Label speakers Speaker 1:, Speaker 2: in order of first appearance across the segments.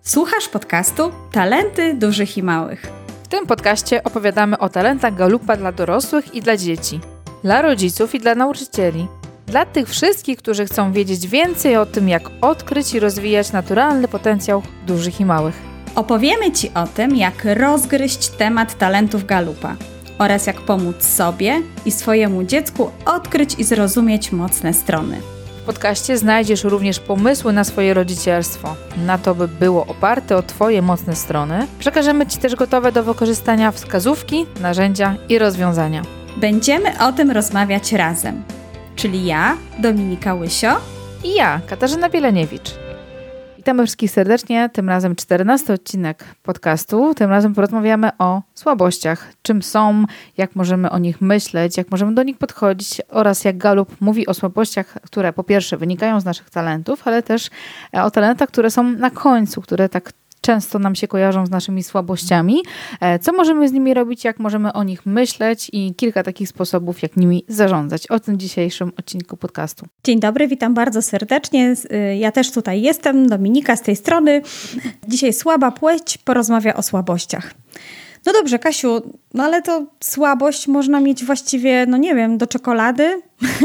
Speaker 1: Słuchasz podcastu Talenty Dużych i Małych.
Speaker 2: W tym podcaście opowiadamy o talentach Galupa dla dorosłych i dla dzieci, dla rodziców i dla nauczycieli, dla tych wszystkich, którzy chcą wiedzieć więcej o tym, jak odkryć i rozwijać naturalny potencjał dużych i małych.
Speaker 1: Opowiemy Ci o tym, jak rozgryźć temat talentów Galupa oraz jak pomóc sobie i swojemu dziecku odkryć i zrozumieć mocne strony.
Speaker 2: W podcaście znajdziesz również pomysły na swoje rodzicielstwo, na to, by było oparte o Twoje mocne strony. Przekażemy Ci też gotowe do wykorzystania wskazówki, narzędzia i rozwiązania.
Speaker 1: Będziemy o tym rozmawiać razem, czyli ja, Dominika Łysio
Speaker 2: I ja, Katarzyna Bieleniewicz. Witamy wszystkich serdecznie, tym razem 14 odcinek podcastu. Tym razem porozmawiamy o słabościach, czym są, jak możemy o nich myśleć, jak możemy do nich podchodzić oraz jak Galup mówi o słabościach, które po pierwsze wynikają z naszych talentów, ale też o talentach, które są na końcu, które tak często nam się kojarzą z naszymi słabościami. Co możemy z nimi robić, jak możemy o nich myśleć i kilka takich sposobów, jak nimi zarządzać. O tym dzisiejszym odcinku podcastu.
Speaker 1: Dzień dobry, witam bardzo serdecznie. Ja też tutaj jestem, Dominika z tej strony. Dzisiaj słaba płeć porozmawia o słabościach. No dobrze, Kasiu, no ale to słabość można mieć właściwie, no nie wiem, do czekolady?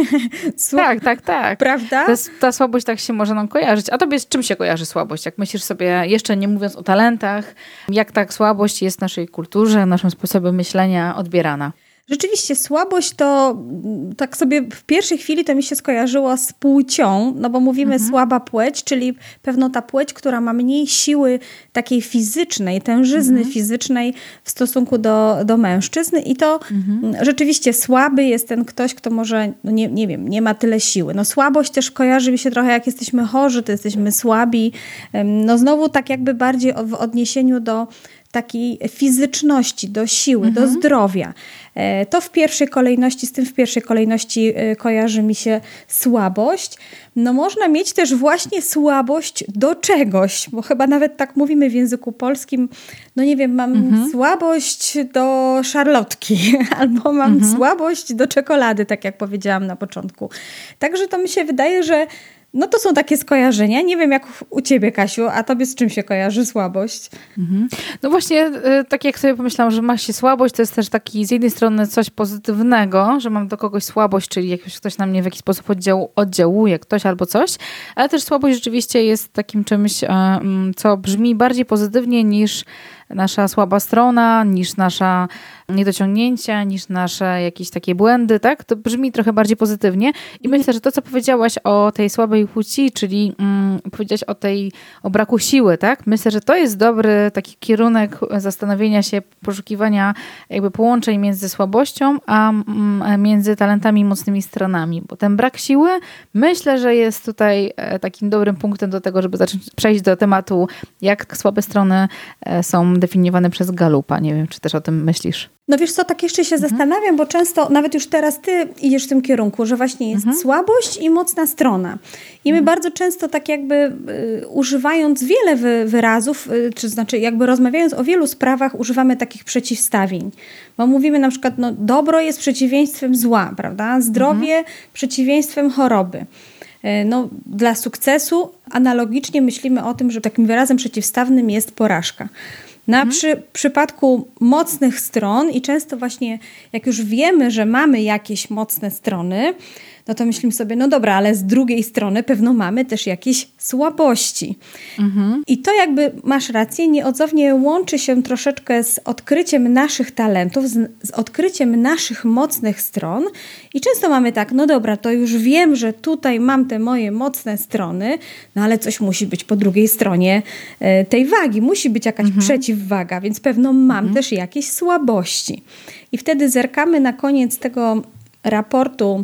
Speaker 2: Tak.
Speaker 1: Prawda?
Speaker 2: Ta słabość tak się może nam kojarzyć. A tobie z czym się kojarzy słabość? Jak myślisz sobie, jeszcze nie mówiąc o talentach, jak ta słabość jest w naszej kulturze, naszym sposobie myślenia odbierana?
Speaker 1: Rzeczywiście słabość to tak sobie w pierwszej chwili to mi się skojarzyło z płcią, no bo mówimy słaba płeć, czyli pewno ta płeć, która ma mniej siły takiej fizycznej, tężyzny fizycznej w stosunku do mężczyzn i to rzeczywiście słaby jest ten ktoś, kto może, no nie wiem, nie ma tyle siły. No słabość też kojarzy mi się trochę, jak jesteśmy chorzy, to jesteśmy słabi. No znowu tak jakby bardziej w odniesieniu do takiej fizyczności, do siły, do zdrowia. To w pierwszej kolejności, z tym w pierwszej kolejności kojarzy mi się słabość. No można mieć też właśnie słabość do czegoś, bo chyba nawet tak mówimy w języku polskim, no nie wiem, mam słabość do szarlotki albo mam słabość do czekolady, tak jak powiedziałam na początku. Także to mi się wydaje, że no to są takie skojarzenia. Nie wiem jak u ciebie, Kasiu, a tobie z czym się kojarzy słabość?
Speaker 2: No właśnie, tak jak sobie pomyślałam, że ma się słabość, to jest też taki z jednej strony coś pozytywnego, że mam do kogoś słabość, czyli jak ktoś na mnie w jakiś sposób oddziałuje, ktoś albo coś, ale też słabość rzeczywiście jest takim czymś, co brzmi bardziej pozytywnie niż nasza słaba strona, niż nasza niedociągnięcia, niż nasze jakieś takie błędy, tak? To brzmi trochę bardziej pozytywnie i myślę, że to, co powiedziałaś o tej słabej płci, czyli powiedziałaś o braku siły, tak? Myślę, że to jest dobry taki kierunek zastanowienia się, poszukiwania jakby połączeń między słabością, a między talentami i mocnymi stronami, bo ten brak siły myślę, że jest tutaj takim dobrym punktem do tego, żeby przejść do tematu, jak słabe strony są definiowane przez Galupa. Nie wiem, czy też o tym myślisz?
Speaker 1: No wiesz co, tak jeszcze się zastanawiam, bo często, nawet już teraz ty idziesz w tym kierunku, że właśnie jest słabość i mocna strona. I my bardzo często tak jakby używając wiele wyrazów, czy znaczy jakby rozmawiając o wielu sprawach, używamy takich przeciwstawień. Bo mówimy na przykład, no dobro jest przeciwieństwem zła, prawda? Zdrowie przeciwieństwem choroby. No, dla sukcesu analogicznie myślimy o tym, że takim wyrazem przeciwstawnym jest porażka. Przypadku mocnych stron i często właśnie jak już wiemy, że mamy jakieś mocne strony, no to myślimy sobie, no dobra, ale z drugiej strony pewno mamy też jakieś słabości. I to jakby, masz rację, nieodzownie łączy się troszeczkę z odkryciem naszych talentów, z odkryciem naszych mocnych stron i często mamy tak, no dobra, to już wiem, że tutaj mam te moje mocne strony, no ale coś musi być po drugiej stronie tej wagi, musi być jakaś przeciwwaga, więc pewno mam też jakieś słabości. I wtedy zerkamy na koniec tego raportu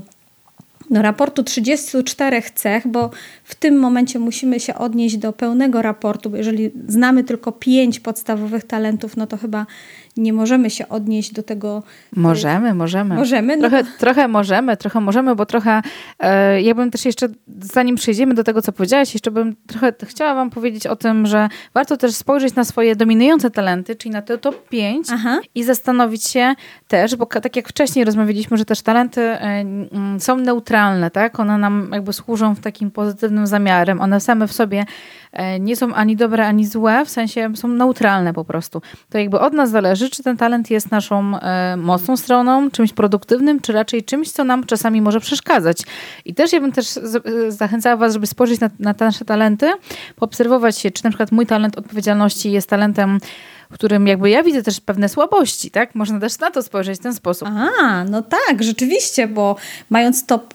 Speaker 1: 34 cech, bo w tym momencie musimy się odnieść do pełnego raportu, bo jeżeli znamy tylko 5 podstawowych talentów, no to chyba nie możemy się odnieść do tego.
Speaker 2: Możemy.
Speaker 1: Możemy? No
Speaker 2: trochę możemy, bo trochę ja bym też jeszcze, zanim przejdziemy do tego, co powiedziałaś, jeszcze bym trochę chciała wam powiedzieć o tym, że warto też spojrzeć na swoje dominujące talenty, czyli na te top 5 i zastanowić się też, bo tak jak wcześniej rozmawialiśmy, że też talenty są neutralne neutralne, tak? One nam jakby służą w takim pozytywnym zamiarem. One same w sobie nie są ani dobre, ani złe, w sensie są neutralne po prostu. To jakby od nas zależy, czy ten talent jest naszą mocną stroną, czymś produktywnym, czy raczej czymś, co nam czasami może przeszkadzać. I też ja bym też zachęcała was, żeby spojrzeć na te nasze talenty, poobserwować się, czy na przykład mój talent odpowiedzialności jest talentem, w którym jakby ja widzę też pewne słabości, tak? Można też na to spojrzeć w ten sposób.
Speaker 1: No tak, rzeczywiście, bo mając top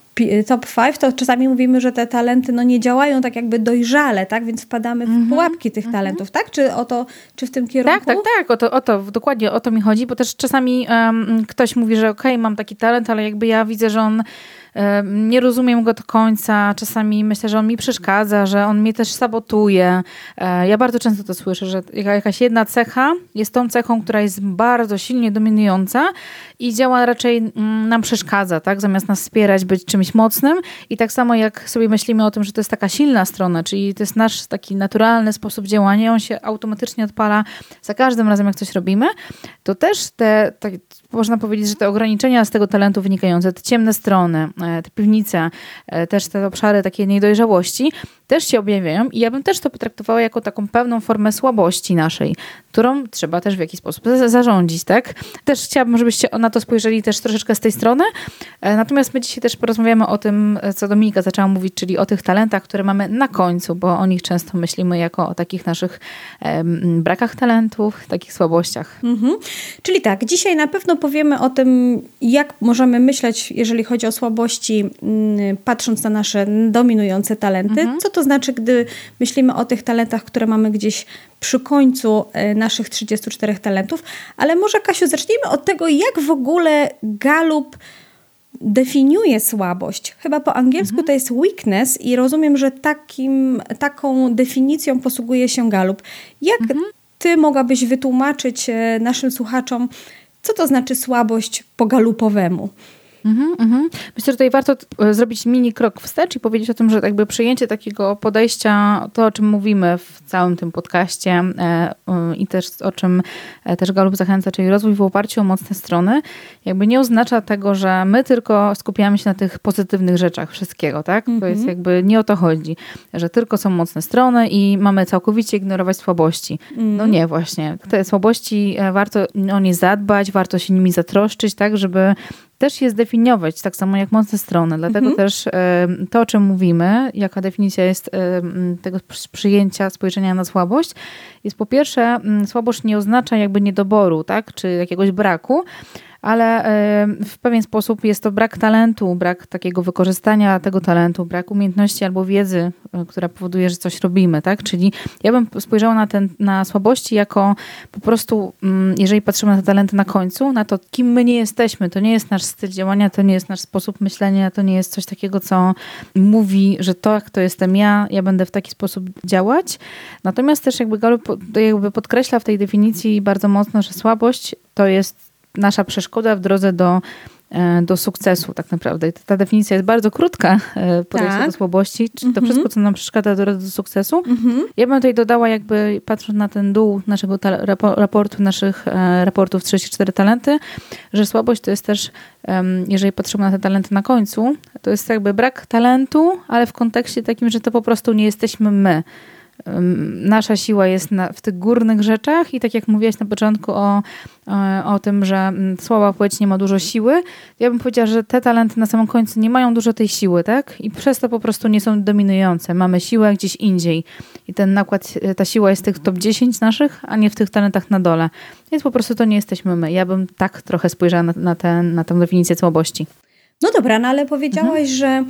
Speaker 1: 5, to czasami mówimy, że te talenty nie działają tak jakby dojrzale, tak? Więc wpadamy w pułapki tych talentów, tak? Czy w tym kierunku?
Speaker 2: Tak. Dokładnie o to mi chodzi, bo też czasami ktoś mówi, że okej, mam taki talent, ale jakby ja widzę, że on nie rozumiem go do końca. Czasami myślę, że on mi przeszkadza, że on mnie też sabotuje. Ja bardzo często to słyszę, że jakaś jedna cecha jest tą cechą, która jest bardzo silnie dominująca i działa raczej nam przeszkadza, tak? Zamiast nas wspierać, być czymś mocnym. I tak samo jak sobie myślimy o tym, że to jest taka silna strona, czyli to jest nasz taki naturalny sposób działania, on się automatycznie odpala za każdym razem, jak coś robimy, to też można powiedzieć, że te ograniczenia z tego talentu wynikające, te ciemne strony, te piwnice, też te obszary takiej niedojrzałości też się objawiają i ja bym też to potraktowała jako taką pewną formę słabości naszej, którą trzeba też w jakiś sposób zarządzić, tak? Też chciałabym, żebyście na to spojrzeli też troszeczkę z tej strony. Natomiast my dzisiaj też porozmawiamy o tym, co Dominika zaczęła mówić, czyli o tych talentach, które mamy na końcu, bo o nich często myślimy jako o takich naszych brakach talentów, takich słabościach.
Speaker 1: Czyli tak, dzisiaj na pewno powiemy o tym, jak możemy myśleć, jeżeli chodzi o słabości, patrząc na nasze dominujące talenty. Co to znaczy, gdy myślimy o tych talentach, które mamy gdzieś przy końcu naszych 34 talentów. Ale może, Kasiu, zacznijmy od tego, jak w ogóle Gallup definiuje słabość. Chyba po angielsku to jest weakness i rozumiem, że taką definicją posługuje się Gallup. Jak ty mogłabyś wytłumaczyć naszym słuchaczom, co to znaczy słabość po galupowemu?
Speaker 2: Myślę, że tutaj warto zrobić mini krok wstecz i powiedzieć o tym, że jakby przyjęcie takiego podejścia, to o czym mówimy w całym tym podcaście i też o czym też Gallup zachęca, czyli rozwój w oparciu o mocne strony, jakby nie oznacza tego, że my tylko skupiamy się na tych pozytywnych rzeczach wszystkiego, tak? To jest jakby nie o to chodzi, że tylko są mocne strony i mamy całkowicie ignorować słabości. No nie, właśnie. Te słabości warto o nie zadbać, warto się nimi zatroszczyć, tak, żeby też je zdefiniować, tak samo jak mocne strony. Dlatego też to, o czym mówimy, jaka definicja jest tego przyjęcia, spojrzenia na słabość, jest po pierwsze, słabość nie oznacza jakby niedoboru, tak, czy jakiegoś braku, ale w pewien sposób jest to brak talentu, brak takiego wykorzystania tego talentu, brak umiejętności albo wiedzy, która powoduje, że coś robimy, tak? Czyli ja bym spojrzała na słabości jako po prostu, jeżeli patrzymy na te talenty na końcu, na to, kim my nie jesteśmy. To nie jest nasz styl działania, to nie jest nasz sposób myślenia, to nie jest coś takiego, co mówi, że to jestem ja będę w taki sposób działać. Natomiast też jakby Gallup podkreśla w tej definicji bardzo mocno, że słabość to jest nasza przeszkoda w drodze do sukcesu tak naprawdę. I ta definicja jest bardzo krótka, podejście do słabości, czy to wszystko, co nam przeszkadza w drodze do sukcesu. Ja bym tutaj dodała jakby, patrząc na ten dół naszego naszych raportów 34 talenty, że słabość to jest też, jeżeli patrzymy na te talenty na końcu, to jest jakby brak talentu, ale w kontekście takim, że to po prostu nie jesteśmy my. Nasza siła jest w tych górnych rzeczach i tak jak mówiłaś na początku o tym, że słaba płeć nie ma dużo siły, ja bym powiedziała, że te talenty na samym końcu nie mają dużo tej siły, tak? I przez to po prostu nie są dominujące. Mamy siłę gdzieś indziej i ten nakład, ta siła jest w tych top 10 naszych, a nie w tych talentach na dole. Więc po prostu to nie jesteśmy my. Ja bym tak trochę spojrzała na tę definicję słabości.
Speaker 1: No dobra, ale powiedziałaś, że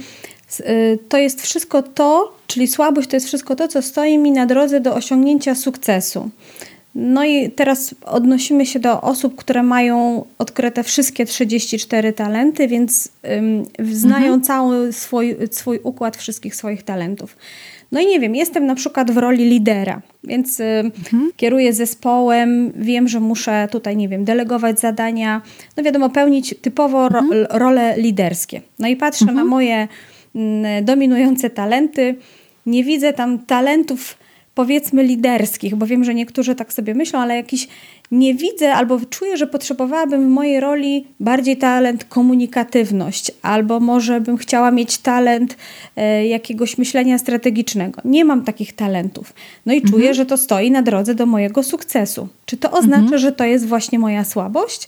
Speaker 1: to jest wszystko to, czyli słabość to jest wszystko to, co stoi mi na drodze do osiągnięcia sukcesu. No i teraz odnosimy się do osób, które mają odkryte wszystkie 34 talenty, więc znają cały swój układ wszystkich swoich talentów. No i nie wiem, jestem na przykład w roli lidera, więc kieruję zespołem, wiem, że muszę tutaj, nie wiem, delegować zadania, no wiadomo, pełnić typowo role liderskie. No i patrzę na moje dominujące talenty, nie widzę tam talentów powiedzmy liderskich, bo wiem, że niektórzy tak sobie myślą, ale jakiś nie widzę albo czuję, że potrzebowałabym w mojej roli bardziej talent komunikatywność, albo może bym chciała mieć talent jakiegoś myślenia strategicznego. Nie mam takich talentów. No i czuję, że to stoi na drodze do mojego sukcesu. Czy to oznacza, że to jest właśnie moja słabość?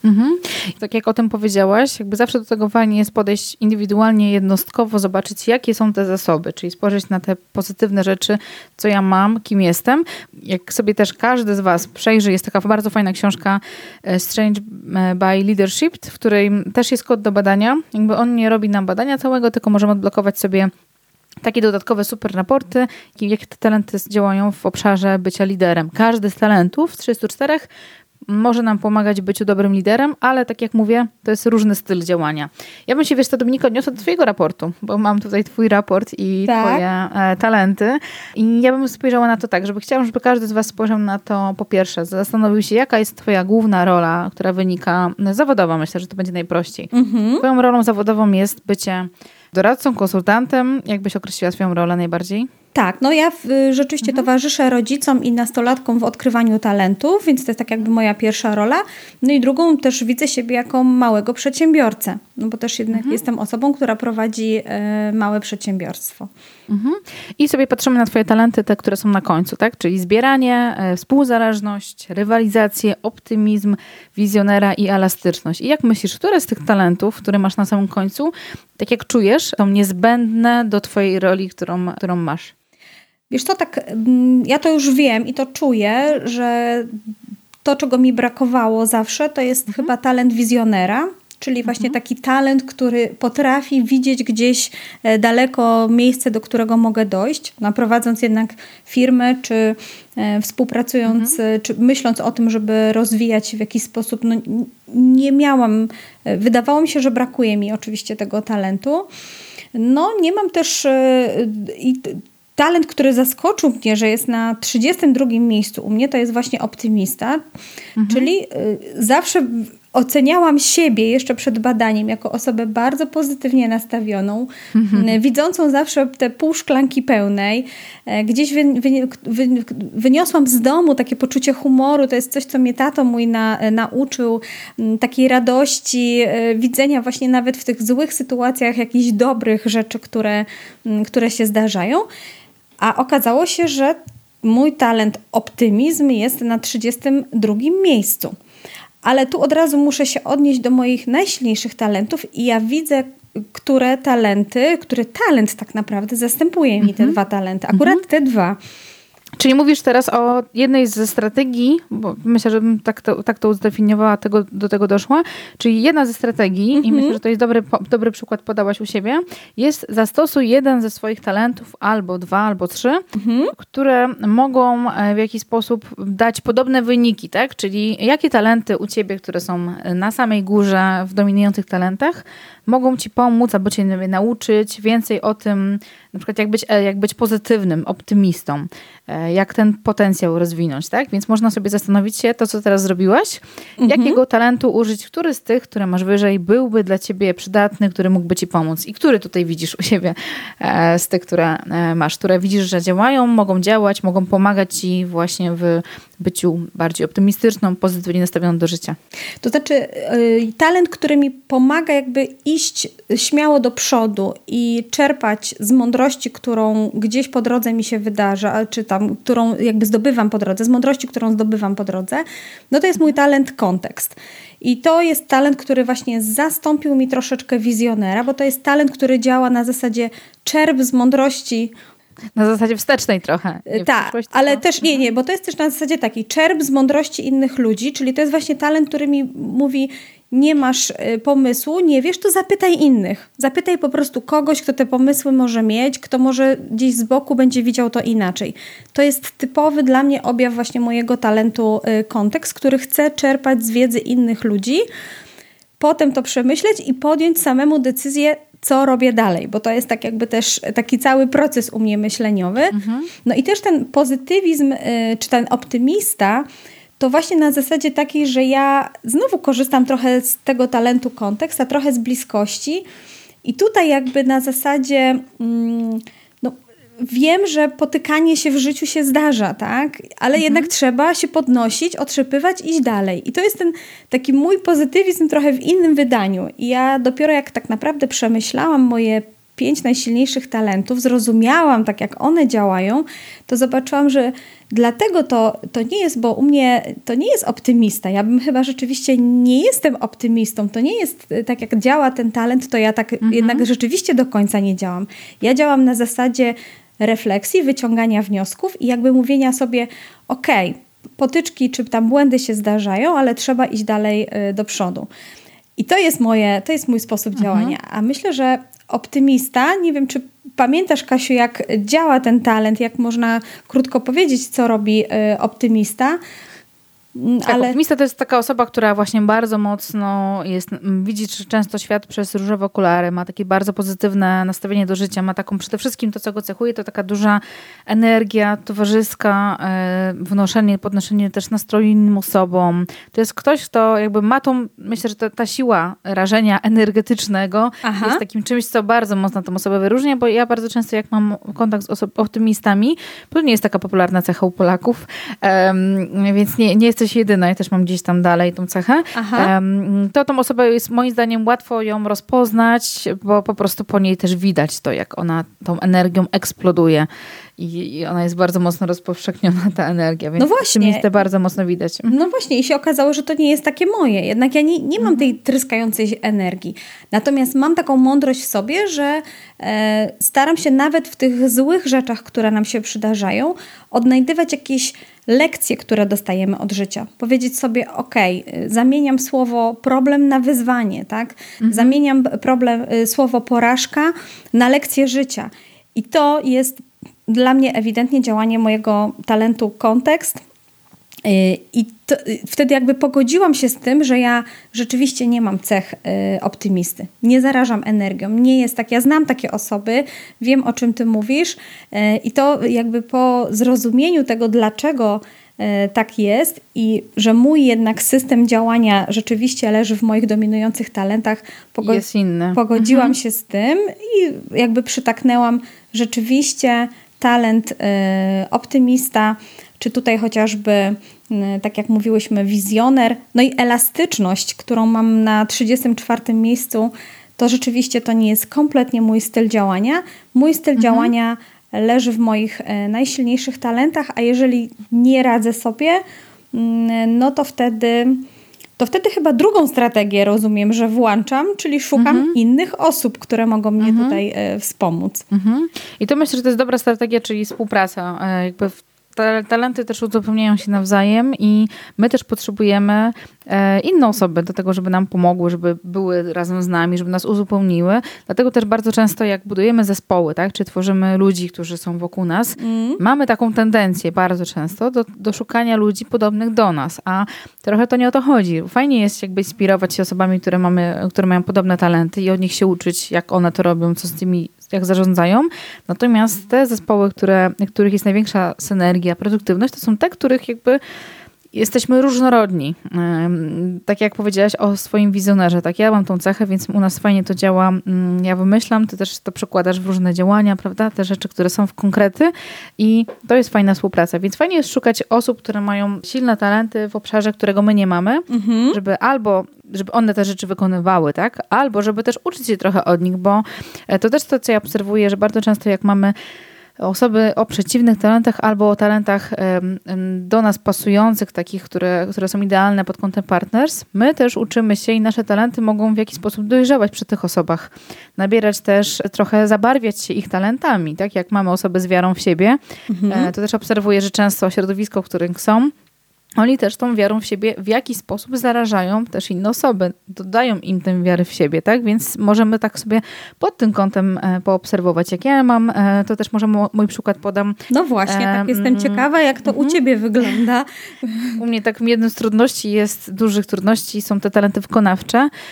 Speaker 2: Tak jak o tym powiedziałaś, jakby zawsze do tego fajnie jest podejść indywidualnie, jednostkowo, zobaczyć jakie są te zasoby, czyli spojrzeć na te pozytywne rzeczy, co ja mam, kim jestem. Jak sobie też każdy z was przejrzy, jest taka bardzo fajna książka Strange by Leadership, w której też jest kod do badania. Jakby on nie robi nam badania całego, tylko możemy odblokować sobie takie dodatkowe super raporty, jakie te talenty działają w obszarze bycia liderem. Każdy z talentów, 34, może nam pomagać w byciu dobrym liderem, ale tak jak mówię, to jest różny styl działania. Ja bym się, wiesz co, Dominika, odniosła do twojego raportu, bo mam tutaj twój raport i twoje talenty. I ja bym spojrzała na to tak, chciałam, żeby każdy z was spojrzał na to po pierwsze, zastanowił się, jaka jest twoja główna rola, która wynika zawodowa. Myślę, że to będzie najprościej. Twoją rolą zawodową jest bycie doradcą, konsultantem. Jak byś określiła swoją rolę najbardziej?
Speaker 1: Tak, no ja rzeczywiście towarzyszę rodzicom i nastolatkom w odkrywaniu talentów, więc to jest tak jakby moja pierwsza rola. No i drugą też widzę siebie jako małego przedsiębiorcę, no bo też jednak jestem osobą, która prowadzi małe przedsiębiorstwo.
Speaker 2: I sobie patrzymy na twoje talenty, te, które są na końcu, tak? Czyli zbieranie, współzależność, rywalizację, optymizm, wizjonera i elastyczność. I jak myślisz, które z tych talentów, które masz na samym końcu, tak jak czujesz, są niezbędne do twojej roli, którą masz?
Speaker 1: Wiesz co, tak, ja to już wiem i to czuję, że to, czego mi brakowało zawsze, to jest chyba talent wizjonera, czyli właśnie taki talent, który potrafi widzieć gdzieś daleko miejsce, do którego mogę dojść, prowadząc jednak firmę, czy współpracując, czy myśląc o tym, żeby rozwijać się w jakiś sposób. No, nie miałam, wydawało mi się, że brakuje mi oczywiście tego talentu. No, nie mam też talent, który zaskoczył mnie, że jest na 32 miejscu u mnie, to jest właśnie optymista, czyli zawsze oceniałam siebie jeszcze przed badaniem jako osobę bardzo pozytywnie nastawioną, widzącą zawsze te pół szklanki pełnej. Gdzieś wyniosłam z domu takie poczucie humoru, to jest coś, co mnie tato mój nauczył, takiej radości, widzenia właśnie nawet w tych złych sytuacjach jakichś dobrych rzeczy, które się zdarzają. A okazało się, że mój talent optymizm jest na 32 miejscu. Ale tu od razu muszę się odnieść do moich najsilniejszych talentów i ja widzę, który talent tak naprawdę zastępuje mi te dwa talenty. Akurat te dwa.
Speaker 2: Czyli mówisz teraz o jednej ze strategii, bo myślę, że bym tak to zdefiniowała, do tego doszła, czyli jedna ze strategii, i myślę, że to jest dobry przykład podałaś u siebie, jest zastosuj jeden ze swoich talentów, albo 2, albo 3, które mogą w jakiś sposób dać podobne wyniki, tak? Czyli jakie talenty u ciebie, które są na samej górze w dominujących talentach, mogą ci pomóc albo cię nauczyć więcej o tym, na przykład jak być pozytywnym, optymistą, jak ten potencjał rozwinąć, tak? Więc można sobie zastanowić się, to co teraz zrobiłaś, jakiego talentu użyć, który z tych, które masz wyżej, byłby dla ciebie przydatny, który mógłby ci pomóc i który tutaj widzisz u siebie z tych, które masz, które widzisz, że działają, mogą działać, mogą pomagać ci właśnie w byciu bardziej optymistyczną, pozytywnie nastawioną do życia. To
Speaker 1: znaczy talent, który mi pomaga jakby iść śmiało do przodu i czerpać z mądrości, którą gdzieś po drodze mi się wydarza, czy tam, którą jakby zdobywam po drodze, z mądrości, którą zdobywam po drodze, no to jest mój talent kontekst. I to jest talent, który właśnie zastąpił mi troszeczkę wizjonera, bo to jest talent, który działa na zasadzie czerp z mądrości.
Speaker 2: Na zasadzie wstecznej trochę.
Speaker 1: Tak, ale też nie, bo to jest też na zasadzie takiej czerp z mądrości innych ludzi, czyli to jest właśnie talent, który mi mówi, nie masz pomysłu, nie wiesz, to zapytaj innych. Zapytaj po prostu kogoś, kto te pomysły może mieć, kto może gdzieś z boku będzie widział to inaczej. To jest typowy dla mnie objaw właśnie mojego talentu kontekst, który chce czerpać z wiedzy innych ludzi, potem to przemyśleć i podjąć samemu decyzję, co robię dalej, bo to jest tak jakby też taki cały proces u mnie myśleniowy. No i też ten pozytywizm, czy ten optymista, to właśnie na zasadzie takiej, że ja znowu korzystam trochę z tego talentu kontekst, a trochę z bliskości i tutaj jakby na zasadzie wiem, że potykanie się w życiu się zdarza, tak? Ale jednak trzeba się podnosić, otrzepywać, iść dalej. I to jest ten taki mój pozytywizm trochę w innym wydaniu. I ja dopiero jak tak naprawdę przemyślałam moje 5 najsilniejszych talentów, zrozumiałam tak, jak one działają, to zobaczyłam, że dlatego to nie jest, bo u mnie to nie jest optymista. Ja bym chyba rzeczywiście nie jestem optymistą. To nie jest tak, jak działa ten talent, to ja tak jednak rzeczywiście do końca nie działam. Ja działam na zasadzie refleksji, wyciągania wniosków i jakby mówienia sobie, potyczki czy tam błędy się zdarzają, ale trzeba iść dalej do przodu. I to jest mój sposób działania. A myślę, że optymista, nie wiem, czy pamiętasz, Kasiu, jak działa ten talent, jak można krótko powiedzieć, co robi optymista?
Speaker 2: Tak, optymista to jest taka osoba, która właśnie bardzo mocno widzi często świat przez różowe okulary, ma takie bardzo pozytywne nastawienie do życia, ma taką przede wszystkim to, co go cechuje, to taka duża energia towarzyska, podnoszenie też nastroju innym osobom. To jest ktoś, kto jakby ma myślę, że ta siła rażenia energetycznego jest takim czymś, co bardzo mocno tą osobę wyróżnia, bo ja bardzo często jak mam kontakt z optymistami, to nie jest taka popularna cecha u Polaków, więc nie jesteś jedyna, ja też mam gdzieś tam dalej tą cechę, to tą osobę jest moim zdaniem łatwo ją rozpoznać, bo po prostu po niej też widać to, jak ona tą energią eksploduje i ona jest bardzo mocno rozpowszechniona, ta energia, więc optymistę bardzo mocno widać.
Speaker 1: No właśnie i się okazało, że to nie jest takie moje. Jednak ja nie mam tej tryskającej energii. Natomiast mam taką mądrość w sobie, że staram się nawet w tych złych rzeczach, które nam się przydarzają, odnajdywać jakieś lekcje, które dostajemy od życia. Powiedzieć sobie, zamieniam słowo problem na wyzwanie, tak? Zamieniam słowo porażka na lekcję życia. I to jest dla mnie ewidentnie działanie mojego talentu kontekst. I wtedy jakby pogodziłam się z tym, że ja rzeczywiście nie mam cech optymisty. Nie zarażam energią. Nie jest tak. Ja znam takie osoby, wiem, o czym ty mówisz i to jakby po zrozumieniu tego, dlaczego tak jest i że mój jednak system działania rzeczywiście leży w moich dominujących talentach,
Speaker 2: jest inny.
Speaker 1: Pogodziłam się z tym i jakby przytaknęłam rzeczywiście talent optymista, czy tutaj chociażby, tak jak mówiłyśmy, wizjoner, no i elastyczność, którą mam na 34. miejscu, to rzeczywiście to nie jest kompletnie mój styl działania. Mój styl działania leży w moich najsilniejszych talentach, a jeżeli nie radzę sobie, no to wtedy chyba drugą strategię rozumiem, że włączam, czyli szukam innych osób, które mogą mnie tutaj wspomóc.
Speaker 2: I to myślę, że to jest dobra strategia, czyli współpraca. Jakby talenty też uzupełniają się nawzajem i my też potrzebujemy inne osoby do tego, żeby nam pomogły, żeby były razem z nami, żeby nas uzupełniły. Dlatego też bardzo często jak budujemy zespoły, tak, czy tworzymy ludzi, którzy są wokół nas, mamy taką tendencję bardzo często do szukania ludzi podobnych do nas, a trochę to nie o to chodzi. Fajnie jest jakby inspirować się osobami, które mają podobne talenty i od nich się uczyć, jak one to robią, co z tymi, jak zarządzają. Natomiast te zespoły, których jest największa synergia, produktywność, to są te, których jakby jesteśmy różnorodni. Tak jak powiedziałaś o swoim wizjonerze, tak, ja mam tą cechę, więc u nas fajnie to działa. Ja wymyślam, ty też to przekładasz w różne działania, prawda? Te rzeczy, które są w konkrety i to jest fajna współpraca. Więc fajnie jest szukać osób, które mają silne talenty w obszarze, którego my nie mamy, żeby one te rzeczy wykonywały, tak? Albo żeby też uczyć się trochę od nich, bo to też to, co ja obserwuję, że bardzo często jak mamy osoby o przeciwnych talentach albo o talentach do nas pasujących, takich, które są idealne pod kątem partners, my też uczymy się i nasze talenty mogą w jakiś sposób dojrzewać przy tych osobach. Nabierać też, trochę zabarwiać się ich talentami, tak? Jak mamy osoby z wiarą w siebie, to też obserwuję, że często środowisko, w którym są, oni też tą wiarą w siebie w jakiś sposób zarażają też inne osoby, dodają im tę wiarę w siebie, tak? Więc możemy tak sobie pod tym kątem poobserwować. Jak ja mam, to też może mój przykład podam.
Speaker 1: No właśnie, tak jestem ciekawa, jak to u ciebie wygląda.
Speaker 2: U mnie tak jedną z dużych trudności są te talenty wykonawcze,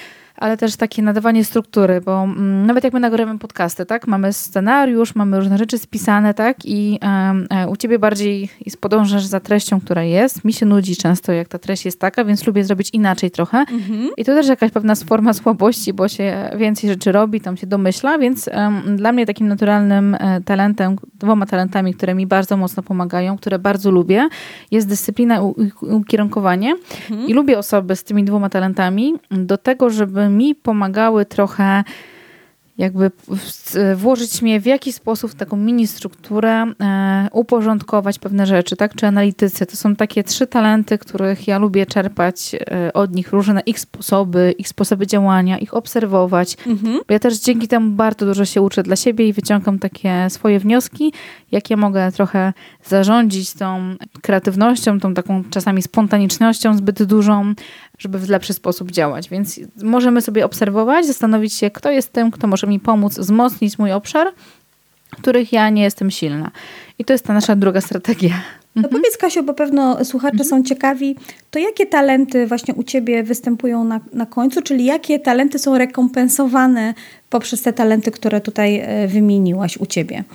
Speaker 2: ale też takie nadawanie struktury, bo nawet jak my nagrywamy podcasty, tak, mamy scenariusz, mamy różne rzeczy spisane, tak, i u ciebie bardziej podążasz za treścią, która jest. Mi się nudzi często, jak ta treść jest taka, więc lubię zrobić inaczej trochę. I to też jakaś pewna forma słabości, bo się więcej rzeczy robi, tam się domyśla, więc dla mnie takim naturalnym talentem, 2 talentami, które mi bardzo mocno pomagają, które bardzo lubię, jest dyscyplina i ukierunkowanie. I lubię osoby z tymi 2 talentami do tego, żeby mi pomagały trochę jakby włożyć mnie w jakiś sposób w taką mini strukturę, uporządkować pewne rzeczy, tak? Czy analitycy. To są takie 3 talenty, których ja lubię czerpać od nich różne ich sposoby działania, ich obserwować. Ja też dzięki temu bardzo dużo się uczę dla siebie i wyciągam takie swoje wnioski, jak ja mogę trochę zarządzić tą kreatywnością, tą taką czasami spontanicznością zbyt dużą, żeby w lepszy sposób działać. Więc możemy sobie obserwować, zastanowić się, kto jest tym, kto może mi pomóc wzmocnić mój obszar, w których ja nie jestem silna. I to jest ta nasza druga strategia.
Speaker 1: No powiedz, Kasiu, bo pewno słuchacze są ciekawi, to jakie talenty właśnie u ciebie występują na końcu, czyli jakie talenty są rekompensowane poprzez te talenty, które tutaj wymieniłaś u ciebie?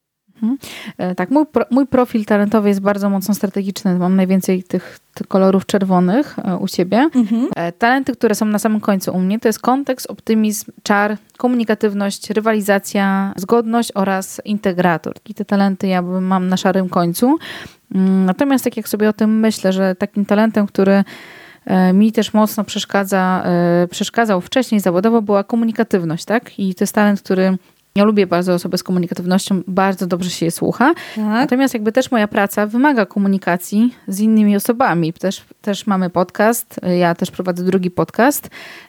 Speaker 2: Tak, mój profil talentowy jest bardzo mocno strategiczny. Mam najwięcej tych kolorów czerwonych u ciebie. Talenty, które są na samym końcu u mnie, to jest kontekst, optymizm, czar, komunikatywność, rywalizacja, zgodność oraz integrator. I te talenty ja mam na szarym końcu. Natomiast tak jak sobie o tym myślę, że takim talentem, który mi też mocno przeszkadzał wcześniej zawodowo, była komunikatywność, tak? I to jest talent, który ja lubię bardzo osoby z komunikatywnością, bardzo dobrze się je słucha. Tak. Natomiast jakby też moja praca wymaga komunikacji z innymi osobami. Też mamy podcast, ja też prowadzę drugi podcast,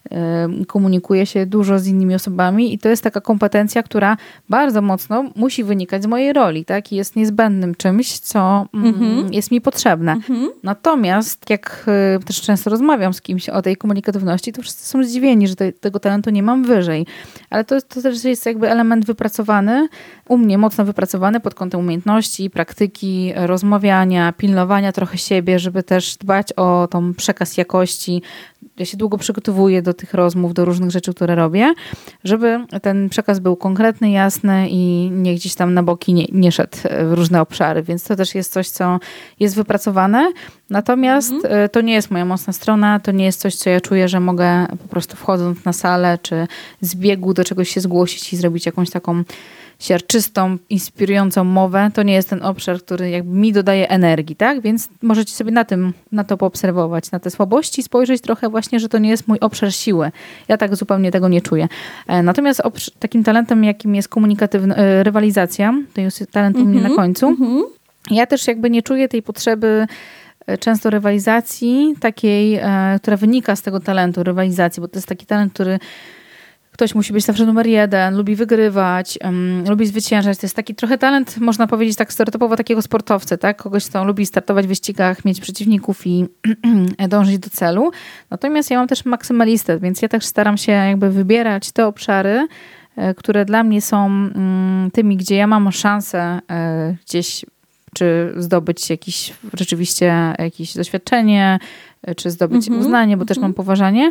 Speaker 2: komunikuję się dużo z innymi osobami i to jest taka kompetencja, która bardzo mocno musi wynikać z mojej roli, tak? I jest niezbędnym czymś, co jest mi potrzebne. Natomiast jak też często rozmawiam z kimś o tej komunikatywności, to wszyscy są zdziwieni, że tego talentu nie mam wyżej. Ale to też jest jakby element wypracowany, u mnie mocno wypracowany pod kątem umiejętności, praktyki, rozmawiania, pilnowania trochę siebie, żeby też dbać o tą przekaz jakości. Ja się długo przygotowuję do tych rozmów, do różnych rzeczy, które robię, żeby ten przekaz był konkretny, jasny i nie gdzieś tam na boki nie szedł w różne obszary, więc to też jest coś, co jest wypracowane. Natomiast to nie jest moja mocna strona, to nie jest coś, co ja czuję, że mogę po prostu wchodząc na salę, czy z biegu do czegoś się zgłosić i zrobić jakąś taką siarczystą, inspirującą mowę. To nie jest ten obszar, który jakby mi dodaje energii, tak? Więc możecie sobie na to poobserwować, na te słabości, spojrzeć trochę właśnie, że to nie jest mój obszar siły. Ja tak zupełnie tego nie czuję. Natomiast takim talentem, jakim jest rywalizacja, to jest talent u mnie na końcu. Ja też jakby nie czuję tej potrzeby często rywalizacji takiej, która wynika z tego talentu rywalizacji, bo to jest taki talent, który ktoś musi być zawsze numer 1, lubi wygrywać, lubi zwyciężać. To jest taki trochę talent, można powiedzieć tak stereotypowo, takiego sportowca, tak? Kogoś, kto lubi startować w wyścigach, mieć przeciwników i dążyć do celu. Natomiast ja mam też maksymalistę, więc ja też staram się jakby wybierać te obszary, które dla mnie są tymi, gdzie ja mam szansę gdzieś czy zdobyć rzeczywiście jakieś doświadczenie, czy zdobyć uznanie, bo też mam poważanie.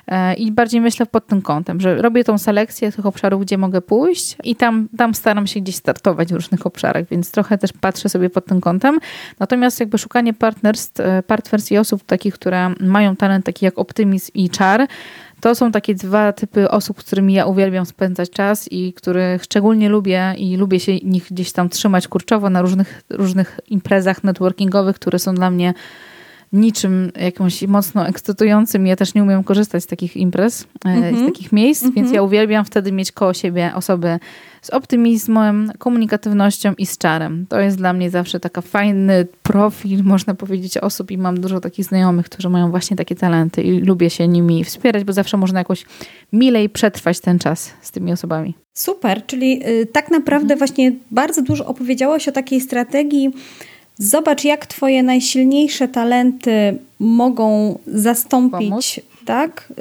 Speaker 2: I bardziej myślę pod tym kątem, że robię tą selekcję tych obszarów, gdzie mogę pójść i tam staram się gdzieś startować w różnych obszarach, więc trochę też patrzę sobie pod tym kątem. Natomiast jakby szukanie partnerstw i osób takich, które mają talent taki jak optymizm i czar, to są takie 2 typy osób, z którymi ja uwielbiam spędzać czas i których szczególnie lubię i lubię się nich gdzieś tam trzymać kurczowo na różnych imprezach networkingowych, które są dla mnie niczym jakimś mocno ekscytującym. Ja też nie umiem korzystać z takich imprez, z takich miejsc, więc ja uwielbiam wtedy mieć koło siebie osoby z optymizmem, komunikatywnością i z czarem. To jest dla mnie zawsze taka fajny profil, można powiedzieć, osób i mam dużo takich znajomych, którzy mają właśnie takie talenty i lubię się nimi wspierać, bo zawsze można jakoś milej przetrwać ten czas z tymi osobami.
Speaker 1: Super, czyli tak naprawdę właśnie bardzo dużo opowiedziałaś o takiej strategii. Zobacz, jak twoje najsilniejsze talenty mogą zastąpić tak,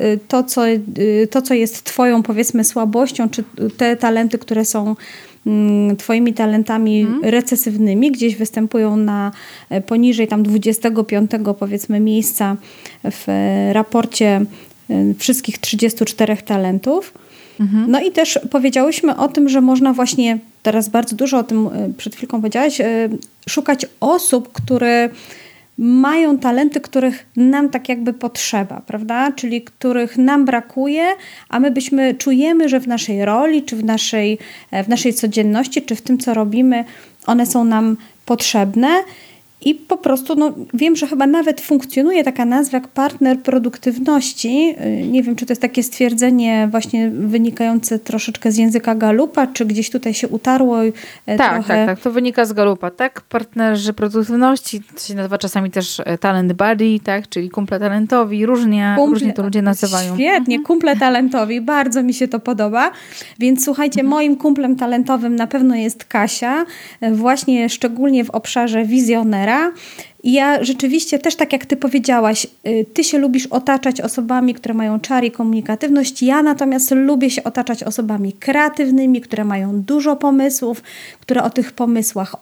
Speaker 1: to, co jest twoją, powiedzmy, słabością, czy te talenty, które są twoimi talentami recesywnymi, gdzieś występują na poniżej tam 25, powiedzmy, miejsca w raporcie wszystkich 34 talentów. No i też powiedziałyśmy o tym, że można właśnie, teraz bardzo dużo o tym przed chwilką powiedziałaś, szukać osób, które mają talenty, których nam tak jakby potrzeba, prawda? Czyli których nam brakuje, a my czujemy, że w naszej roli, czy w naszej codzienności, czy w tym, co robimy, one są nam potrzebne. I po prostu wiem, że chyba nawet funkcjonuje taka nazwa jak partner produktywności. Nie wiem, czy to jest takie stwierdzenie właśnie wynikające troszeczkę z języka Galupa, czy gdzieś tutaj się utarło trochę.
Speaker 2: Tak. To wynika z Galupa, tak? Partnerzy produktywności, to się nazywa czasami też talent buddy, tak? Czyli kumple talentowi. Różnie to ludzie nazywają.
Speaker 1: Świetnie, kumple talentowi. Bardzo mi się to podoba. Więc słuchajcie, moim kumplem talentowym na pewno jest Kasia. Właśnie szczególnie w obszarze wizjonera. I ja rzeczywiście też tak jak ty powiedziałaś, ty się lubisz otaczać osobami, które mają czar i komunikatywność. Ja natomiast lubię się otaczać osobami kreatywnymi, które mają dużo pomysłów, które o tych pomysłach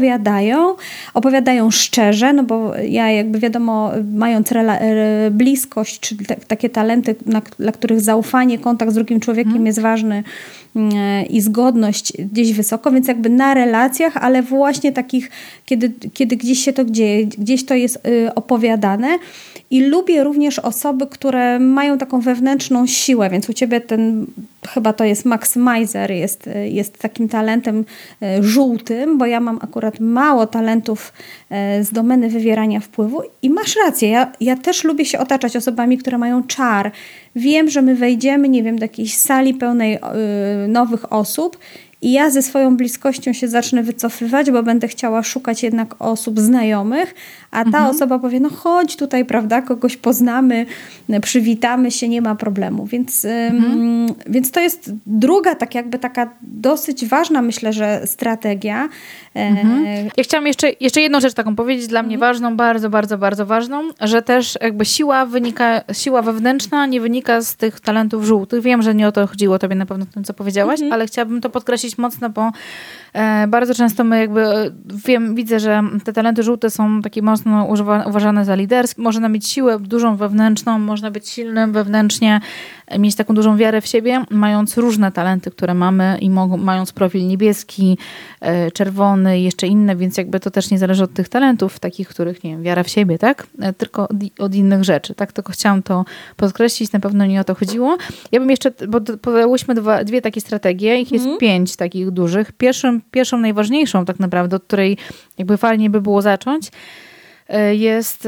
Speaker 1: opowiadają szczerze, no bo ja jakby wiadomo, mając bliskość, czy takie talenty, dla których zaufanie, kontakt z drugim człowiekiem jest ważny i zgodność gdzieś wysoko, więc jakby na relacjach, ale właśnie takich, kiedy gdzieś się to dzieje, gdzieś to jest opowiadane. I lubię również osoby, które mają taką wewnętrzną siłę, więc u ciebie chyba to jest maximizer, jest takim talentem żółtym, bo ja mam akurat mało talentów z domeny wywierania wpływu i masz rację, ja też lubię się otaczać osobami, które mają czar. Wiem, że my wejdziemy, nie wiem, do jakiejś sali pełnej nowych osób i ja ze swoją bliskością się zacznę wycofywać, bo będę chciała szukać jednak osób znajomych, a ta osoba powie, no chodź tutaj, prawda, kogoś poznamy, przywitamy się, nie ma problemu. Więc to jest druga, tak jakby taka dosyć ważna, myślę, że strategia.
Speaker 2: Ja chciałam jeszcze jedną rzecz taką powiedzieć, dla mnie ważną, bardzo, bardzo, bardzo ważną, że też jakby siła wewnętrzna nie wynika z tych talentów żółtych. Wiem, że nie o to chodziło tobie na pewno w tym, co powiedziałaś, ale chciałabym to podkreślić mocno, bo bardzo często my widzę, że te talenty żółte są takie mocno uważane za liderskie. Można mieć siłę dużą wewnętrzną, można być silnym wewnętrznie, mieć taką dużą wiarę w siebie, mając różne talenty, które mamy i mając profil niebieski, czerwony i jeszcze inne, więc jakby to też nie zależy od tych talentów, takich, których, nie wiem, wiara w siebie, tak? Tylko od innych rzeczy, tak? Tylko chciałam to podkreślić, na pewno nie o to chodziło. Ja bym jeszcze, bo podałyśmy dwie takie strategie, ich jest 5 takich dużych. Pierwszą, najważniejszą tak naprawdę, od której jakby fajnie by było zacząć, jest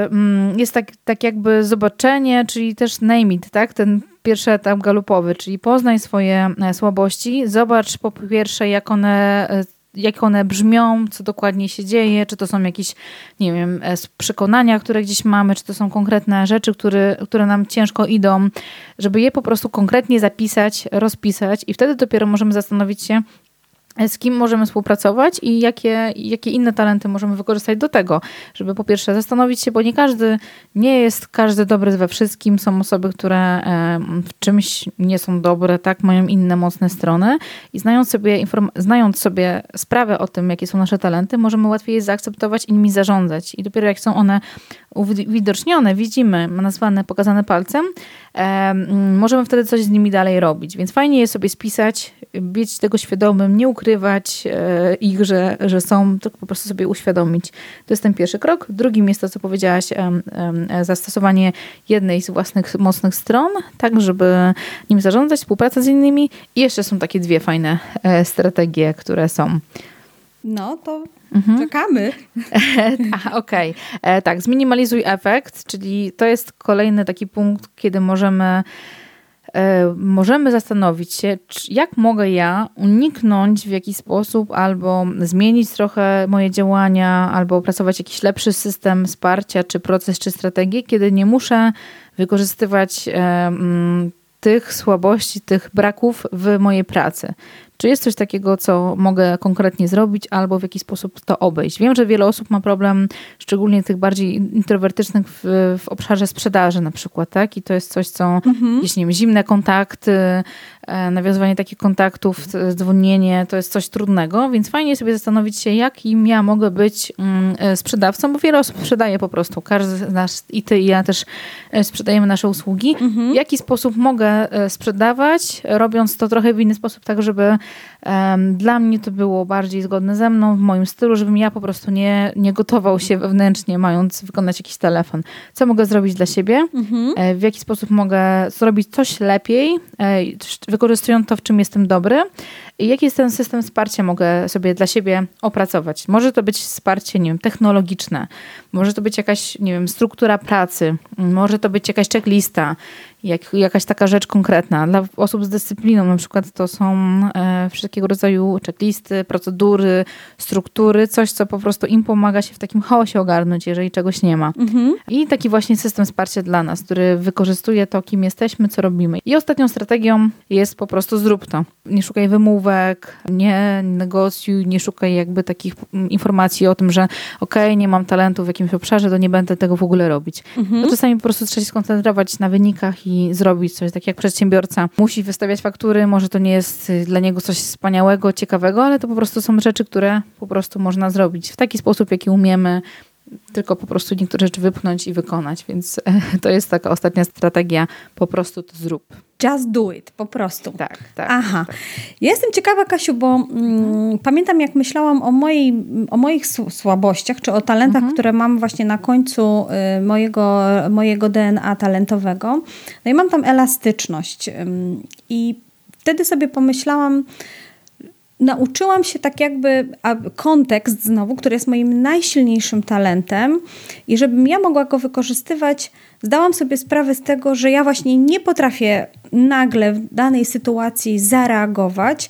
Speaker 2: tak jakby zobaczenie, czyli też name it, tak? Ten pierwszy etap galupowy, czyli poznaj swoje słabości, zobacz po pierwsze, jak one brzmią, co dokładnie się dzieje, czy to są jakieś, nie wiem, przekonania, które gdzieś mamy, czy to są konkretne rzeczy, które nam ciężko idą, żeby je po prostu konkretnie zapisać, rozpisać i wtedy dopiero możemy zastanowić się, z kim możemy współpracować i jakie inne talenty możemy wykorzystać do tego, żeby po pierwsze zastanowić się, bo nie jest każdy dobry we wszystkim. Są osoby, które w czymś nie są dobre, tak, mają inne mocne strony i znając sobie sprawę o tym, jakie są nasze talenty, możemy łatwiej je zaakceptować i nimi zarządzać. I dopiero jak są one uwidocznione, widzimy, nazwane, pokazane palcem, możemy wtedy coś z nimi dalej robić. Więc fajnie je sobie spisać, być tego świadomym, nie ukrywać ich, że są, tylko po prostu sobie uświadomić. To jest ten pierwszy krok. Drugim jest to, co powiedziałaś, zastosowanie jednej z własnych mocnych stron, tak, żeby nim zarządzać, współpraca z innymi. I jeszcze są takie 2 fajne strategie, które są.
Speaker 1: No to czekamy.
Speaker 2: Okej. Tak, zminimalizuj efekt, czyli to jest kolejny taki punkt, kiedy możemy zastanowić się, jak mogę ja uniknąć w jakiś sposób albo zmienić trochę moje działania, albo opracować jakiś lepszy system wsparcia, czy proces, czy strategię, kiedy nie muszę wykorzystywać tych słabości, tych braków w mojej pracy. Czy jest coś takiego, co mogę konkretnie zrobić albo w jaki sposób to obejść? Wiem, że wiele osób ma problem, szczególnie tych bardziej introwertycznych w obszarze sprzedaży na przykład, tak? I to jest coś, co jeśli nie wiem, zimne kontakty, nawiązywanie takich kontaktów, dzwonienie, to jest coś trudnego, więc fajnie sobie zastanowić się, jakim ja mogę być sprzedawcą, bo wiele osób sprzedaje po prostu. Każdy z nas, i ty, i ja też sprzedajemy nasze usługi. W jaki sposób mogę sprzedawać, robiąc to trochę w inny sposób, tak żeby dla mnie to było bardziej zgodne ze mną, w moim stylu, żebym ja po prostu nie gotował się wewnętrznie, mając wykonać jakiś telefon. Co mogę zrobić dla siebie? W jaki sposób mogę zrobić coś lepiej, wykorzystując to, w czym jestem dobry? I jaki jest ten system wsparcia mogę sobie dla siebie opracować? Może to być wsparcie, nie wiem, technologiczne, może to być jakaś, nie wiem, struktura pracy, może to być jakaś checklista, jakaś taka rzecz konkretna. Dla osób z dyscypliną na przykład to są wszelkiego rodzaju checklisty, procedury, struktury, coś, co po prostu im pomaga się w takim chaosie ogarnąć, jeżeli czegoś nie ma. I taki właśnie system wsparcia dla nas, który wykorzystuje to, kim jesteśmy, co robimy. I ostatnią strategią jest po prostu zrób to. Nie szukaj wymówek, nie negocjuj, nie szukaj jakby takich informacji o tym, że nie mam talentu w jakimś obszarze, to nie będę tego w ogóle robić. To czasami po prostu trzeba się skoncentrować na wynikach i zrobić coś. Tak jak przedsiębiorca musi wystawiać faktury, może to nie jest dla niego coś wspaniałego, ciekawego, ale to po prostu są rzeczy, które po prostu można zrobić w taki sposób, jaki umiemy, tylko po prostu niektóre rzeczy wypchnąć i wykonać. Więc to jest taka ostatnia strategia, po prostu to zrób.
Speaker 1: Just do it, po prostu.
Speaker 2: Tak.
Speaker 1: Aha. Ja jestem ciekawa, Kasiu, bo pamiętam, jak myślałam o moich słabościach, czy o talentach, które mam właśnie na końcu mojego DNA talentowego. No i mam tam elastyczność. I wtedy sobie pomyślałam, nauczyłam się tak jakby, kontekst znowu, który jest moim najsilniejszym talentem i żebym ja mogła go wykorzystywać, zdałam sobie sprawę z tego, że ja właśnie nie potrafię nagle w danej sytuacji zareagować,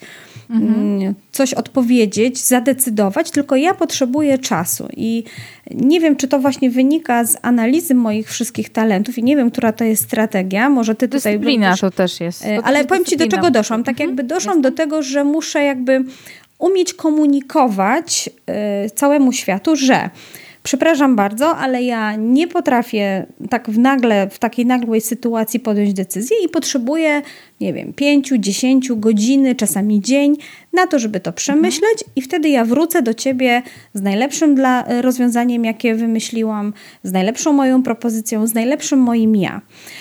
Speaker 1: coś odpowiedzieć, zadecydować, tylko ja potrzebuję czasu i nie wiem, czy to właśnie wynika z analizy moich wszystkich talentów i nie wiem, która to jest strategia. Może ty tutaj...
Speaker 2: Dyscyplina to też jest.
Speaker 1: Ale powiem ci, do czego doszłam. Tak jakby doszłam do tego, że muszę jakby umieć komunikować całemu światu, że przepraszam bardzo, ale ja nie potrafię tak w takiej nagłej sytuacji podjąć decyzję i potrzebuję, nie wiem, 5-10 godziny, czasami dzień na to, żeby to przemyśleć i wtedy ja wrócę do ciebie z najlepszym rozwiązaniem, jakie wymyśliłam, z najlepszą moją propozycją, z najlepszym moim ja.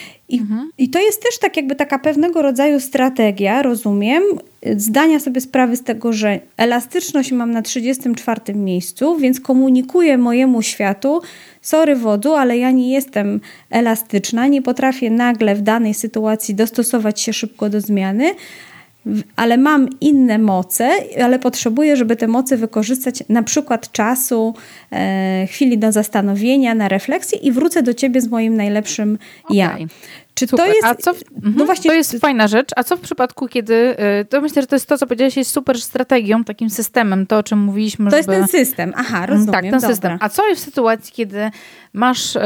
Speaker 1: I to jest też tak jakby taka pewnego rodzaju strategia, rozumiem, zdania sobie sprawy z tego, że elastyczność mam na 34 miejscu, więc komunikuję mojemu światu, sorry wodzu, ale ja nie jestem elastyczna, nie potrafię nagle w danej sytuacji dostosować się szybko do zmiany, ale mam inne moce, ale potrzebuję, żeby te moce wykorzystać na przykład czasu, chwili do zastanowienia, na refleksję i wrócę do ciebie z moim najlepszym ja. Czy
Speaker 2: super.
Speaker 1: To jest...
Speaker 2: A co no właśnie, to jest fajna rzecz. A co w przypadku, kiedy... To myślę, że to jest to, co powiedziałeś, jest super strategią, takim systemem, to o czym mówiliśmy.
Speaker 1: To jest ten system. Aha, rozumiem.
Speaker 2: Tak, ten system. A co jest w sytuacji, kiedy masz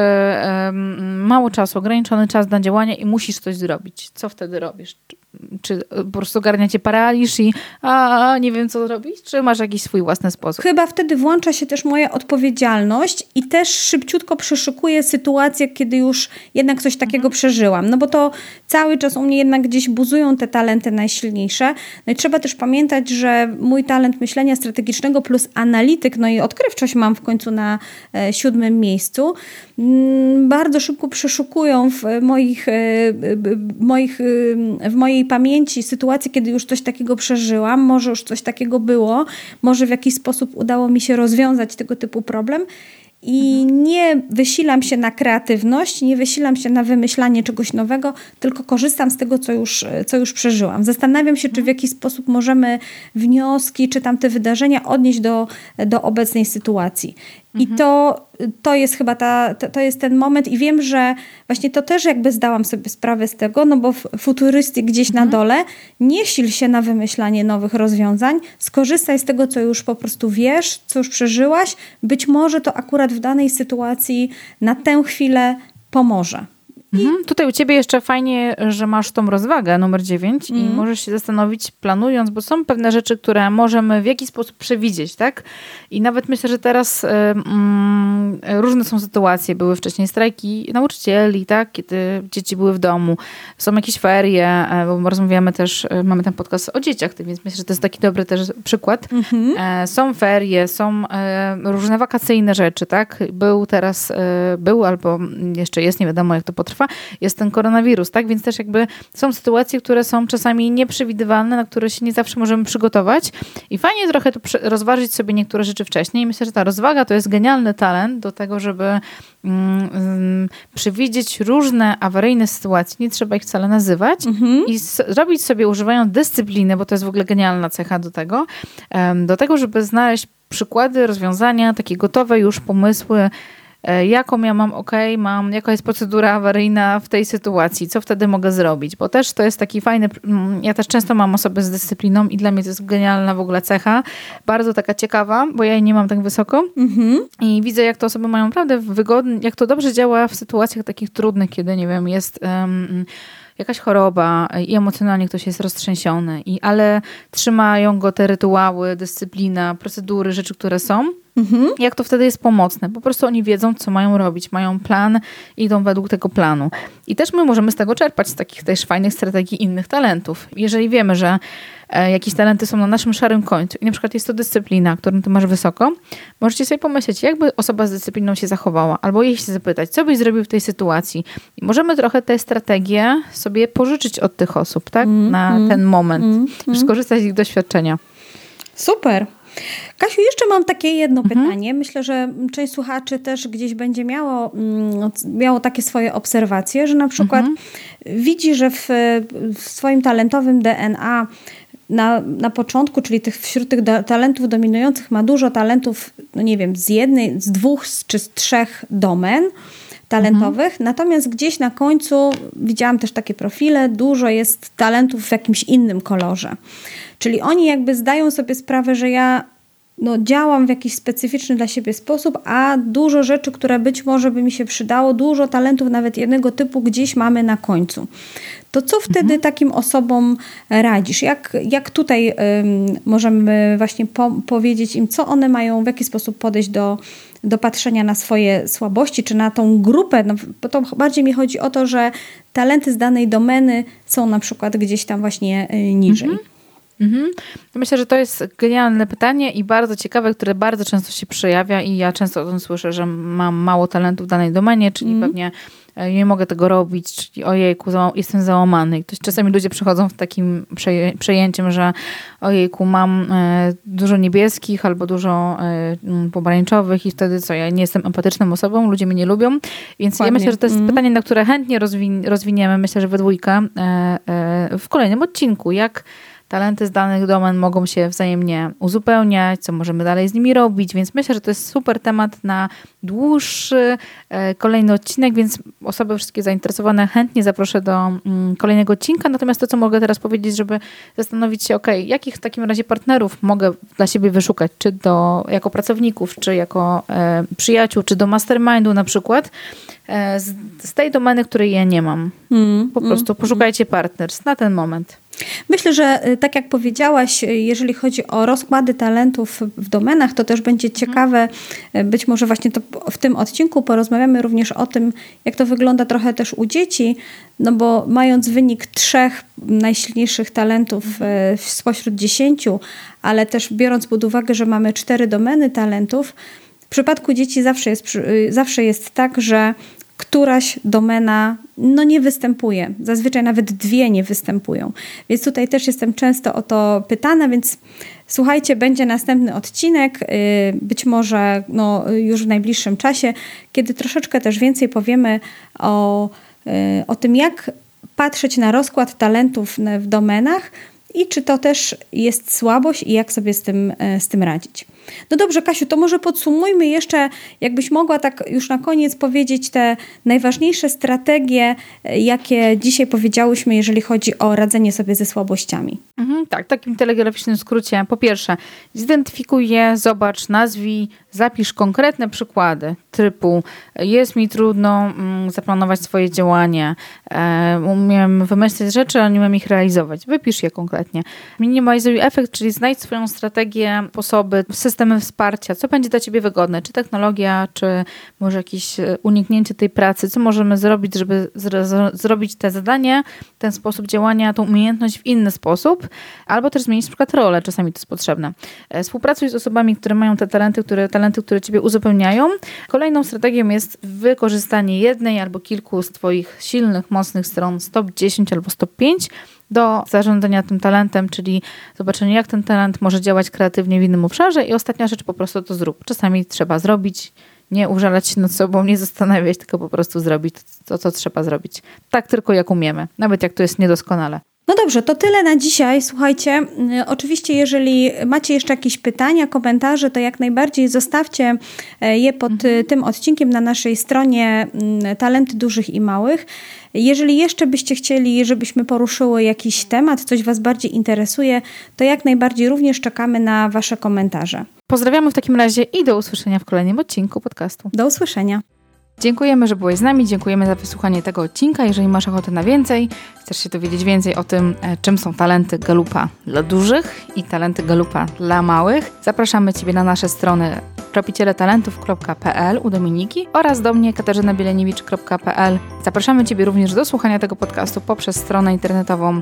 Speaker 2: mało czasu, ograniczony czas na działanie i musisz coś zrobić? Co wtedy robisz? Czy po prostu ogarnia cię paraliż i nie wiem, co zrobić? Czy masz jakiś swój własny sposób?
Speaker 1: Chyba wtedy włącza się też moja odpowiedzialność i też szybciutko przeszukuję sytuację, kiedy już jednak coś takiego przeżyłam. No bo to cały czas u mnie jednak gdzieś buzują te talenty najsilniejsze. No i trzeba też pamiętać, że mój talent myślenia strategicznego plus analityk, no i odkrywczość mam w końcu na 7. miejscu. Bardzo szybko przeszukują w mojej pamięci sytuacje, kiedy już coś takiego przeżyłam, może już coś takiego było, może w jakiś sposób udało mi się rozwiązać tego typu problem i nie wysilam się na kreatywność, nie wysilam się na wymyślanie czegoś nowego, tylko korzystam z tego, co już przeżyłam. Zastanawiam się, czy w jakiś sposób możemy wnioski, czy tamte wydarzenia odnieść do obecnej sytuacji. I to jest chyba to jest ten moment i wiem, że właśnie to też jakby zdałam sobie sprawę z tego, no bo futurystyk gdzieś na dole, nie sil się na wymyślanie nowych rozwiązań, skorzystaj z tego, co już po prostu wiesz, co już przeżyłaś, być może to akurat w danej sytuacji na tę chwilę pomoże.
Speaker 2: Tutaj u ciebie jeszcze fajnie, że masz tą rozwagę numer 9 i możesz się zastanowić, planując, bo są pewne rzeczy, które możemy w jakiś sposób przewidzieć, tak? I nawet myślę, że teraz różne są sytuacje. Były wcześniej strajki nauczycieli, tak? Kiedy dzieci były w domu. Są jakieś ferie, bo rozmawiamy też, mamy ten podcast o dzieciach, więc myślę, że to jest taki dobry też przykład. Są ferie, są różne wakacyjne rzeczy, tak? Był albo jeszcze jest, nie wiadomo jak to potrwa, jest ten koronawirus, tak? Więc też jakby są sytuacje, które są czasami nieprzewidywalne, na które się nie zawsze możemy przygotować i fajnie trochę tu rozważyć sobie niektóre rzeczy wcześniej. I myślę, że ta rozwaga to jest genialny talent do tego, żeby przewidzieć różne awaryjne sytuacje, nie trzeba ich wcale nazywać i zrobić sobie, używając dyscypliny, bo to jest w ogóle genialna cecha do tego, żeby znaleźć przykłady, rozwiązania, takie gotowe już pomysły, jaką ja mam, jaka jest procedura awaryjna w tej sytuacji, co wtedy mogę zrobić, bo też to jest taki fajny, ja też często mam osoby z dyscypliną i dla mnie to jest genialna w ogóle cecha, bardzo taka ciekawa, bo ja jej nie mam tak wysoko i widzę, jak te osoby mają naprawdę wygodnie, jak to dobrze działa w sytuacjach takich trudnych, kiedy, nie wiem, jest jakaś choroba i emocjonalnie ktoś jest roztrzęsiony, ale trzymają go te rytuały, dyscyplina, procedury, rzeczy, które są. Jak to wtedy jest pomocne. Po prostu oni wiedzą, co mają robić. Mają plan i idą według tego planu. I też my możemy z tego czerpać, z takich też fajnych strategii innych talentów. Jeżeli wiemy, że jakieś talenty są na naszym szarym końcu i na przykład jest to dyscyplina, którą ty masz wysoko, możecie sobie pomyśleć, jakby osoba z dyscypliną się zachowała, albo jej się zapytać, co byś zrobił w tej sytuacji. I możemy trochę te strategie sobie pożyczyć od tych osób, tak? Na ten moment. Skorzystać z ich doświadczenia.
Speaker 1: Super. Kasiu, jeszcze mam takie jedno pytanie. Myślę, że część słuchaczy też gdzieś będzie miało takie swoje obserwacje, że na przykład widzi, że w swoim talentowym DNA na początku, czyli wśród tych talentów dominujących ma dużo talentów, no nie wiem, z jednej, z dwóch czy z trzech domen talentowych, natomiast gdzieś na końcu widziałam też takie profile, dużo jest talentów w jakimś innym kolorze. Czyli oni jakby zdają sobie sprawę, że ja działam w jakiś specyficzny dla siebie sposób, a dużo rzeczy, które być może by mi się przydało, dużo talentów nawet jednego typu gdzieś mamy na końcu. To co wtedy takim osobom radzisz? Jak tutaj możemy właśnie powiedzieć im, co one mają, w jaki sposób podejść do patrzenia na swoje słabości, czy na tą grupę? Bo to bardziej mi chodzi o to, że talenty z danej domeny są na przykład gdzieś tam właśnie niżej.
Speaker 2: Myślę, że to jest genialne pytanie i bardzo ciekawe, które bardzo często się przejawia i ja często o tym słyszę, że mam mało talentu w danej domenie, czyli pewnie nie mogę tego robić, czyli ojejku, jestem załamany. I czasami ludzie przychodzą w takim przejęciem, że ojejku, mam dużo niebieskich albo dużo pomarańczowych i wtedy co, ja nie jestem empatyczną osobą, ludzie mnie nie lubią. Więc ja myślę, że to jest pytanie, na które chętnie rozwiniemy, myślę, że we dwójkę w kolejnym odcinku. Jak talenty z danych domen mogą się wzajemnie uzupełniać, co możemy dalej z nimi robić, więc myślę, że to jest super temat na dłuższy, kolejny odcinek, więc osoby wszystkie zainteresowane chętnie zaproszę do kolejnego odcinka, natomiast to, co mogę teraz powiedzieć, żeby zastanowić się, jakich w takim razie partnerów mogę dla siebie wyszukać, czy jako pracowników, czy jako przyjaciół, czy do mastermindu na przykład, z tej domeny, której ja nie mam. Po prostu poszukajcie partners na ten moment.
Speaker 1: Myślę, że tak jak powiedziałaś, jeżeli chodzi o rozkłady talentów w domenach, to też będzie ciekawe, być może właśnie to w tym odcinku porozmawiamy również o tym, jak to wygląda trochę też u dzieci, no bo mając wynik 3 najsilniejszych talentów spośród 10, ale też biorąc pod uwagę, że mamy 4 domeny talentów, w przypadku dzieci zawsze jest tak, że któraś domena nie występuje. Zazwyczaj nawet 2 nie występują. Więc tutaj też jestem często o to pytana, więc słuchajcie, będzie następny odcinek, być może już w najbliższym czasie, kiedy troszeczkę też więcej powiemy o tym, jak patrzeć na rozkład talentów w domenach i czy to też jest słabość i jak sobie z tym radzić. No dobrze, Kasiu, to może podsumujmy jeszcze, jakbyś mogła tak już na koniec powiedzieć te najważniejsze strategie, jakie dzisiaj powiedziałyśmy, jeżeli chodzi o radzenie sobie ze słabościami.
Speaker 2: Tak, w takim telegraficznym skrócie. Po pierwsze, zidentyfikuj je, zobacz, nazwij, zapisz konkretne przykłady typu jest mi trudno zaplanować swoje działanie, umiem wymyśleć rzeczy, ale nie umiem ich realizować. Wypisz je konkretnie. Minimalizuj efekt, czyli znajdź swoją strategię, sposoby, systemy wsparcia, co będzie dla ciebie wygodne, czy technologia, czy może jakieś uniknięcie tej pracy, co możemy zrobić, żeby zrobić te zadanie, ten sposób działania, tą umiejętność w inny sposób, albo też zmienić na przykład rolę, czasami to jest potrzebne. Współpracuj z osobami, które mają te talenty, które ciebie uzupełniają. Kolejną strategią jest wykorzystanie jednej albo kilku z twoich silnych, mocnych stron, top 10 albo top 5 do zarządzania tym talentem, czyli zobaczenie, jak ten talent może działać kreatywnie w innym obszarze i ostatnia rzecz, po prostu to zrób. Czasami trzeba zrobić, nie użalać się nad sobą, nie zastanawiać, tylko po prostu zrobić to, co trzeba zrobić. Tak tylko jak umiemy, nawet jak to jest niedoskonale.
Speaker 1: No dobrze, to tyle na dzisiaj. Słuchajcie, oczywiście jeżeli macie jeszcze jakieś pytania, komentarze, to jak najbardziej zostawcie je pod tym odcinkiem na naszej stronie Talenty Dużych i Małych. Jeżeli jeszcze byście chcieli, żebyśmy poruszyły jakiś temat, coś Was bardziej interesuje, to jak najbardziej również czekamy na Wasze komentarze.
Speaker 2: Pozdrawiamy w takim razie i do usłyszenia w kolejnym odcinku podcastu.
Speaker 1: Do usłyszenia.
Speaker 2: Dziękujemy, że byłeś z nami, dziękujemy za wysłuchanie tego odcinka. Jeżeli masz ochotę na więcej, chcesz się dowiedzieć więcej o tym, czym są talenty Galupa dla dużych i talenty Galupa dla małych, zapraszamy Ciebie na nasze strony tropicieletalentów.pl u Dominiki oraz do mnie katarzynabielenewicz.pl. Zapraszamy Ciebie również do słuchania tego podcastu poprzez stronę internetową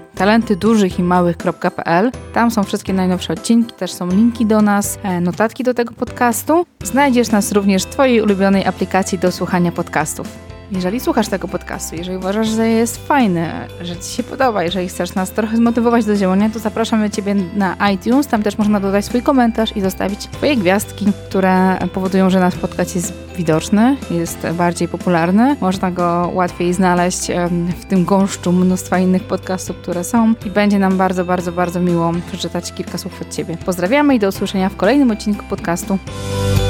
Speaker 2: talentydużychimałych.pl. Tam są wszystkie najnowsze odcinki, też są linki do nas, notatki do tego podcastu. Znajdziesz nas również w Twojej ulubionej aplikacji do słuchania podcastów. Jeżeli słuchasz tego podcastu, jeżeli uważasz, że jest fajny, że Ci się podoba, jeżeli chcesz nas trochę zmotywować do działania, to zapraszamy Ciebie na iTunes. Tam też można dodać swój komentarz i zostawić swoje gwiazdki, które powodują, że nasz podcast jest widoczny, jest bardziej popularny. Można go łatwiej znaleźć w tym gąszczu mnóstwa innych podcastów, które są i będzie nam bardzo, bardzo, bardzo miło przeczytać kilka słów od Ciebie. Pozdrawiamy i do usłyszenia w kolejnym odcinku podcastu.